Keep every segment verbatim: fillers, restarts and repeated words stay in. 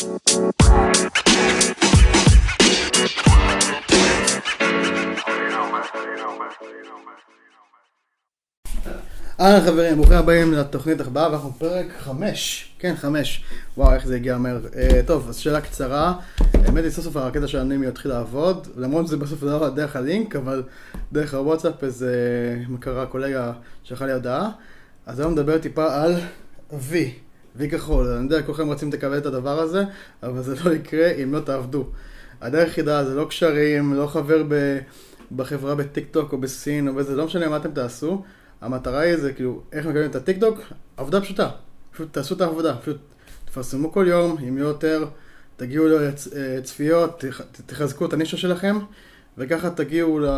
אהלן חברים, ברוכים הבאים לתוכנית הבאה, ואנחנו פרק חמש, כן חמש, וואו איך זה הגיע מהר. uh, טוב, אז שאלה קצרה, האמת היא סוף סוף הקטע של האנונימי יתחיל לעבוד, למרות שזה בסוף לא דרך הלינק, אבל דרך הוואטסאפ איזה מקרה קולגה שלחה לי הודעה, אז היום מדבר טיפה על וי, וי כחול. אני יודע, כולכם רוצים לקבל את הדבר הזה, אבל זה לא יקרה אם לא תעבדו. הדרך היחידה זה לא קשרים, לא חבר ב, בחברה בטיק טוק או בסין או בזה, לא משנה מה אתם תעשו. המטרה היא זה כאילו, איך מקבלים את הטיק טוק? עבודה פשוטה. פשוט תעשו את העבודה. פשוט תפרסמו כל יום, אם יותר, תגיעו לצפיות, תחזקו את הנישה שלכם, וככה תגיעו ל...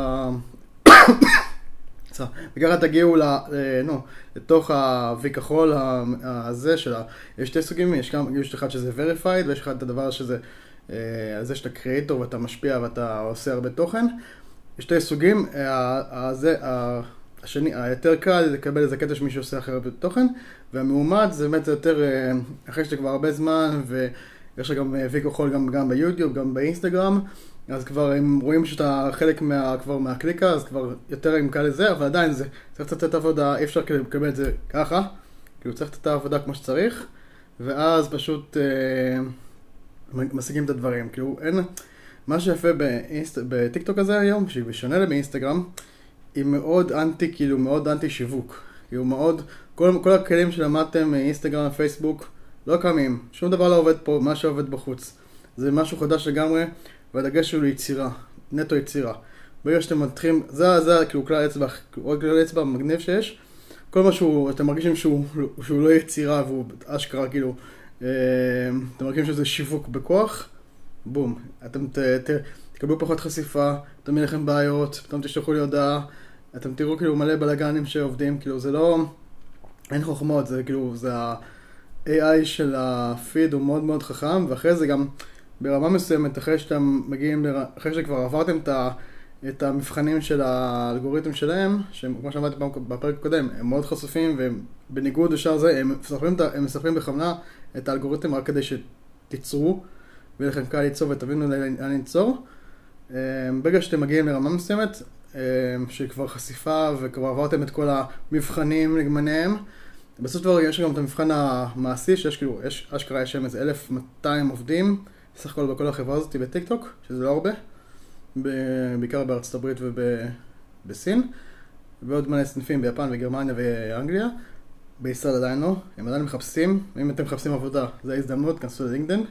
וככה תגיעו ל... נו, לתוך הוי כחול הזה של ה... יש שתי סוגים, יש גם, יש אחד שזה verified, ויש אחד את הדבר שזה, זה שאתה קריאטור ואתה משפיע ואתה עושה הרבה תוכן. יש שתי סוגים, הזה, השני, היותר קל לקבל איזה קטע שמישהו עושה אחר בתוכן, והמעומד זה באמת יותר, אחרי שאתה כבר הרבה זמן, ויש לך גם וי כחול גם, גם ביוטיוב, גם באינסטגרם, אז כבר הם רואים שאתה חלק מה, כבר מהקליקה, אז כבר יותר הם קל לזה, אבל עדיין זה צריך לתת את העבודה, אי אפשר לקבל את זה ככה, כאילו צריך לתת את העבודה כמו שצריך, ואז פשוט אה, משיגים את הדברים, כאילו אין, מה שיפה באינסט, בטיקטוק הזה היום, שהיא בשונה באינסטגרם, היא מאוד אנטי, כאילו מאוד אנטי שיווק. כאילו מאוד, כל, כל הכלים שלמדתם מאינסטגרם ופייסבוק לא קמים. שום דבר לא עובד פה, מה שעובד בחוץ. זה משהו חדש לגמרי, והדגש הוא ליצירה, נטו יצירה. ברגע שאתם מתחילים, זה, זה כאילו כלל אצבע, עוד כלל אצבע מגניב שיש. כל משהו, אתם מרגישים שהוא, שהוא לא יצירה והוא אשכרה כאילו, אה, אתם מרגישים שזה שיווק בכוח, בום. אתם ת, ת, תקבלו פחות חשיפה, אתם יהיה לכם בעיות, פתאום תשלחו לי הודעה, אתם תראו כאילו מלא בלגנים שעובדים, כאילו זה לא, אין חוכמות, זה כאילו, זה ה-איי איי של הפיד הוא מאוד מאוד חכם, ואחרי זה גם ברמה מסוימת, אחרי שאתם מגיעים, אחרי שכבר עברתם את, ה, את המבחנים של האלגוריתם שלהם, שכמו שאמרתי בפרק הקודם, הם מאוד חשופים, ובניגוד לשאר זה, הם מספרים, הם מספרים בכוונה את האלגוריתם רק כדי שתיצרו, ויהיה לכם קל ליצור ותבינו לאן ליצור. ברגע שאתם מגיעים לרמה מסוימת, שכבר חשיפה וכבר עברתם את כל המבחנים לגמניהם, בסוף דבר יש גם את המבחן המעשי, שיש כאילו, יש, אשכרה יש שם איזה אלף ומאתיים עובדים, בסך הכל בכל החברה הזאת בטיק טוק, שזה לא הרבה, בעיקר בארצות הברית ובסין, ועוד מלא סניפים ביפן וגרמניה ואנגליה, בישראל עדיין לא, הם עדיין מחפשים, אם אתם מחפשים עבודה, זה ההזדמנות, כנסו ללינקדאין,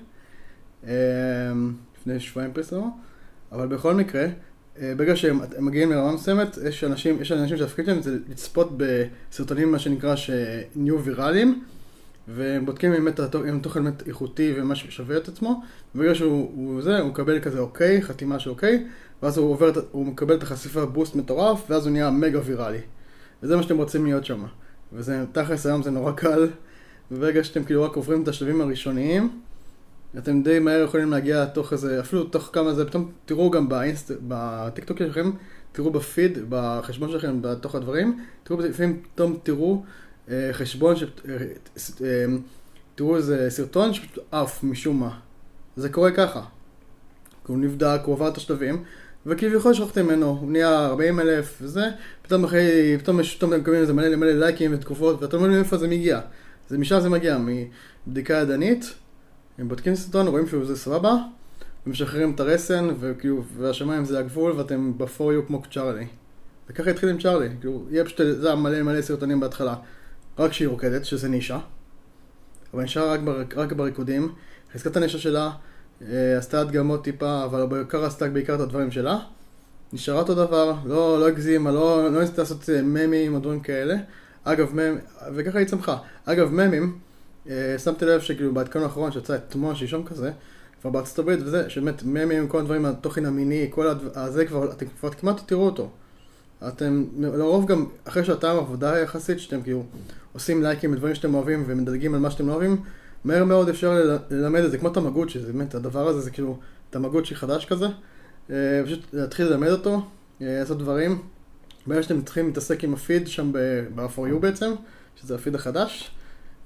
לפני שבועיים פרסמו, אבל בכל מקרה, ברגע שהם מגיעים לרמה מסוימת, יש אנשים, יש אנשים שהתפקיד שלהם זה לצפות בסרטונים מה שנקרא שנהיו ויראליים, והם בודקים אם הם תוכן באמת איכותי ומה ששווה את עצמו, וברגע שהוא זה, הוא מקבל כזה אוקיי, חתימה של אוקיי, ואז הוא עובר, הוא מקבל את החשיפה בוסט מטורף, ואז הוא נהיה מגה ויראלי. וזה מה שאתם רוצים להיות שם. וזה, תכלס היום זה נורא קל, וברגע שאתם כאילו רק עוברים את השלבים הראשוניים, אתם די מהר יכולים להגיע תוך איזה, אפילו תוך כמה זה, פתאום תראו גם באינסט, בטיקטוק שלכם, תראו בפיד, בחשבון שלכם, בתוך הדברים, תראו לפעמים, פתאום תראו אה, חשבון, ש, אה, אה, תראו איזה סרטון שפשוט אף משום מה. זה קורה ככה. הוא נבדק, הוא עבר את השלבים, וכביכול שכחתם ממנו, הוא נהיה ארבעים אלף וזה, פתאום אחרי, פתאום יש, פתאום אתם מקבלים איזה מלא מלא לייקים ותקופות, ואתם אומרים איפה זה מגיע. זה משם זה מגיע, מבדיקה ידנית, הם בודקים סרטון, רואים שהוא זה סבבה, ומשחררים את הרסן, וכאילו, והשמיים זה הגבול, ואתם בפור יו כמו צ'ארלי. וככה התחיל עם צ'ארלי, כאילו, יהיה פשוט, זה היה מלא מלא סרטונים בהתחלה, רק שהיא רוקדת, שזה נישה, אבל נשאר רק, בר, רק בריקודים, חזקת את הנישה שלה, עשתה הדגמות טיפה, אבל בעיקר עשתה בעיקר את הדברים שלה, נשארה אותו דבר, לא, לא הגזימה, לא, לא ניסתה לעשות ממים או דברים כאלה, אגב, מם, וככה היא צמחה. אגב, ממים, שמתי לב שכאילו בהתקן האחרון שיצא אתמול שישום כזה, כבר בארצות הברית וזה, שבאמת ממים, כל הדברים, התוכן המיני, כל הזה כבר, אתם כבר כמעט תראו אותו. אתם, לרוב גם, אחרי שעתיים עבודה יחסית, שאתם כאילו עושים לייקים לדברים שאתם אוהבים ומדלגים על מה שאתם לא אוהבים, מהר מאוד אפשר ללמד את זה, כמו תמגוצ'י, זה באמת, הדבר הזה זה כאילו תמגוצ'י חדש כזה, פשוט להתחיל ללמד אותו, לעשות דברים. ברגע שאתם צריכים להתעסק עם הפיד שם ב-פור יו בעצם, שזה הפיד החדש,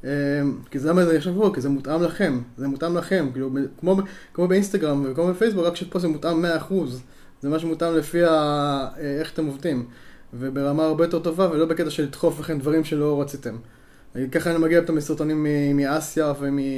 כי זה למה זה יחשבו, כי זה מותאם לכם, זה מותאם לכם, כאילו, כמו, כמו באינסטגרם וכמו בפייסבוק, רק שפה זה מותאם מאה אחוז, זה מה שמותאם לפי ה, איך אתם עובדים, וברמה הרבה יותר טובה, ולא בקטע של לדחוף לכם דברים שלא רציתם. ככה אני מגיע פתאום מסרטונים מאסיה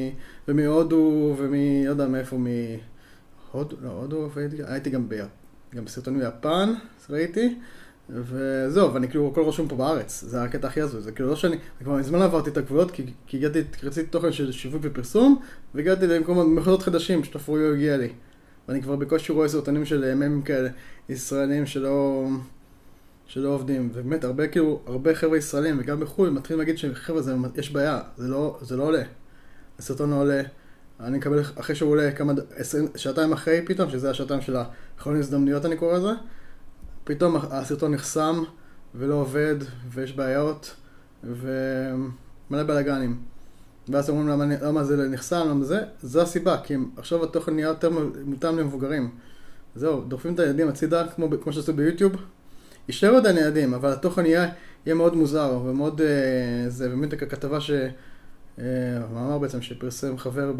ומהודו ומ... לא יודע מאיפה, מהודו, לא, הודו, הייתי גם, ב... גם בסרטונים ביפן, ראיתי, וזהו, ואני כאילו, הכל רשום פה בארץ, זה הקטע הכי הזוי, זה כאילו לא שאני, כבר מזמן עברתי את הגבולות, כי, כי הגעתי, רציתי תוכן של שיווק ופרסום, והגעתי למקום מחוזות חדשים, שתפרו הגיע לי. ואני כבר בקושי רואה סרטונים של ממים כאלה, ישראלים שלא, שלא עובדים, ובאמת, הרבה כאילו, הרבה חבר'ה ישראלים, וגם בחו"ל, מתחילים להגיד שחבר'ה, זה, יש בעיה, זה לא, זה לא עולה. הסרטון לא עולה, אני מקבל אחרי שהוא עולה כמה, שעתיים אחרי פתאום, שזה השעתיים של החלון הזדמנויות, אני קורא לזה, פתאום הסרטון נחסם ולא עובד ויש בעיות ומלא בלגנים. ואז אומרים למה, למה זה נחסם, למה זה? זו הסיבה, כי עכשיו התוכן נהיה יותר מותאם למבוגרים. זהו, דוחפים את הילדים הצידה, כמו, כמו שעשו ביוטיוב. יישאר עוד הילדים, אבל התוכן יהיה, יהיה מאוד מוזר ומאוד, זה באמת הכתבה ש... מאמר בעצם שפרסם חבר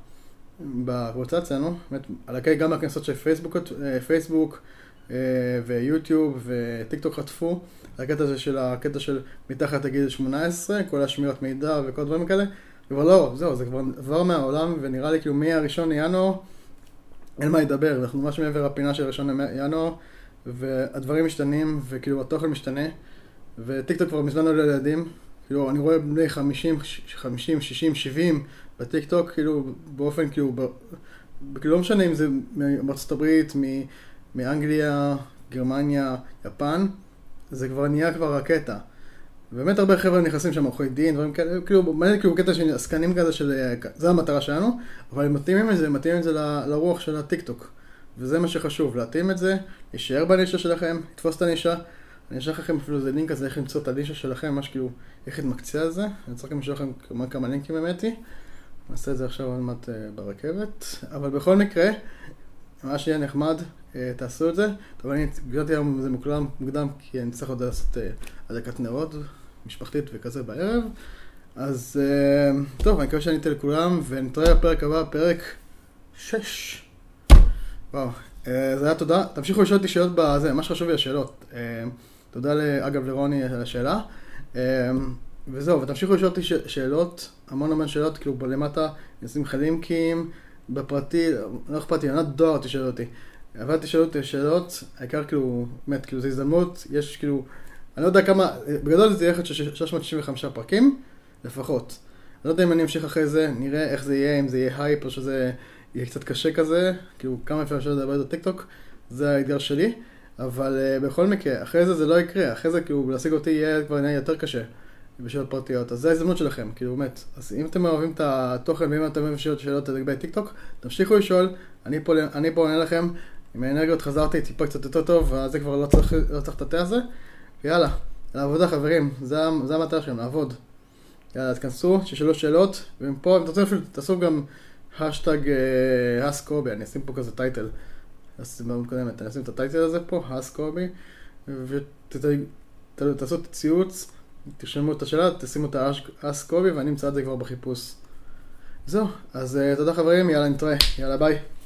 בקבוצה אצלנו, באמת, על הקטע גם הכנסות של פייסבוק, פייסבוק, ויוטיוב וטיקטוק חטפו, הקטע הזה של הקטע של מתחת לגיל שמונה עשרה, כל השמירת מידע וכל דברים כאלה, כבר לא, זהו, זה כבר דבר מהעולם, ונראה לי כאילו מהראשון לינואר, אין מה לדבר, אנחנו ממש מעבר הפינה של ראשון לינואר, והדברים משתנים, וכאילו התוכן משתנה, וטיקטוק כבר מזמן עולה לילדים, כאילו אני רואה בני חמישים, חמישים, שישים, שבעים בטיקטוק, כאילו באופן כאילו, כאילו לא משנה אם זה מארצות הברית, מ... מאנגליה, גרמניה, יפן, זה כבר נהיה כבר רקטה. באמת הרבה חבר'ה נכנסים שם עורכי דין, דברים כאלה, כאילו, מעניין כאילו קטע של עסקנים כזה של, זה המטרה שלנו, אבל הם מתאימים את זה, הם מתאימים את זה ל, לרוח של הטיקטוק. וזה מה שחשוב, להתאים את זה, להישאר בנישה שלכם, לתפוס את הנישה. אני אשלח לכם אפילו איזה לינק הזה, איך למצוא את הנישה שלכם, ממש כאילו, איך להתמקצע על זה. אני צריך גם לשלוח לכם כמה, כמה לינקים אמיתי. נעשה את זה עכשיו עוד מעט ברכבת, אבל בכל מקרה, ממש יהיה נחמד, תעשו את זה. טוב, אני גדלתי היום זה מוקדם, מוקדם, כי אני צריך עוד לעשות הדלקת נרות, משפחתית וכזה בערב. אז טוב, אני מקווה שאני אתן לכולם, ונתראה בפרק הבא, פרק שש. וואו, זה היה תודה. תמשיכו לשאול אותי שאלות בזה, מה שחשוב לי השאלות. תודה אגב לרוני על השאלה. וזהו, ותמשיכו לשאול אותי שאלות, המון המון שאלות, כאילו בלמטה, נשים לך לינקים, בפרטי, לא אכפת לי, ענת דואר תשאל אותי. אבל תשאל אותי שאלות, העיקר כאילו, באמת, כאילו זה הזדמנות, יש כאילו, אני לא יודע כמה, בגדול זה יחד של שלוש מאות תשעים וחמישה פרקים, לפחות. אני לא יודע אם אני אמשיך אחרי זה, נראה איך זה יהיה, אם זה יהיה הייפ או שזה יהיה קצת קשה כזה, כאילו כמה אפשר אפשר לדבר בטיקטוק, זה האתגר שלי, אבל uh, בכל מקרה, אחרי זה זה לא יקרה, אחרי זה כאילו להשיג אותי יהיה כבר נהיה יותר קשה. בשאלות פרטיות, אז זה ההזדמנות שלכם, כאילו באמת. אז אם אתם אוהבים את התוכן ואם אתם אוהבים שאלות שאלות לגבי טיקטוק, תמשיכו לשאול, אני פה, אני פה עונה לכם, עם האנרגיות חזרתי טיפה קצת יותר טוב, וזה כבר לא צריך, לא צריך את התה הזה. ויאללה, לעבודה חברים, זה, זה המטרה שלכם, לעבוד. יאללה, תכנסו, ששאלו שאלות, ומפה, אם תרצו אפילו, תעשו גם השטג הסקובי, אני אשים פה כזה טייטל. אז במקודמת, אני אשים את הטייטל הזה פה, הסקובי, ותעשו את הציוץ. תרשמו את השאלה, תשימו את האסקובי ואני אמצא את זה כבר בחיפוש. זהו, אז תודה חברים, יאללה נתראה, יאללה ביי.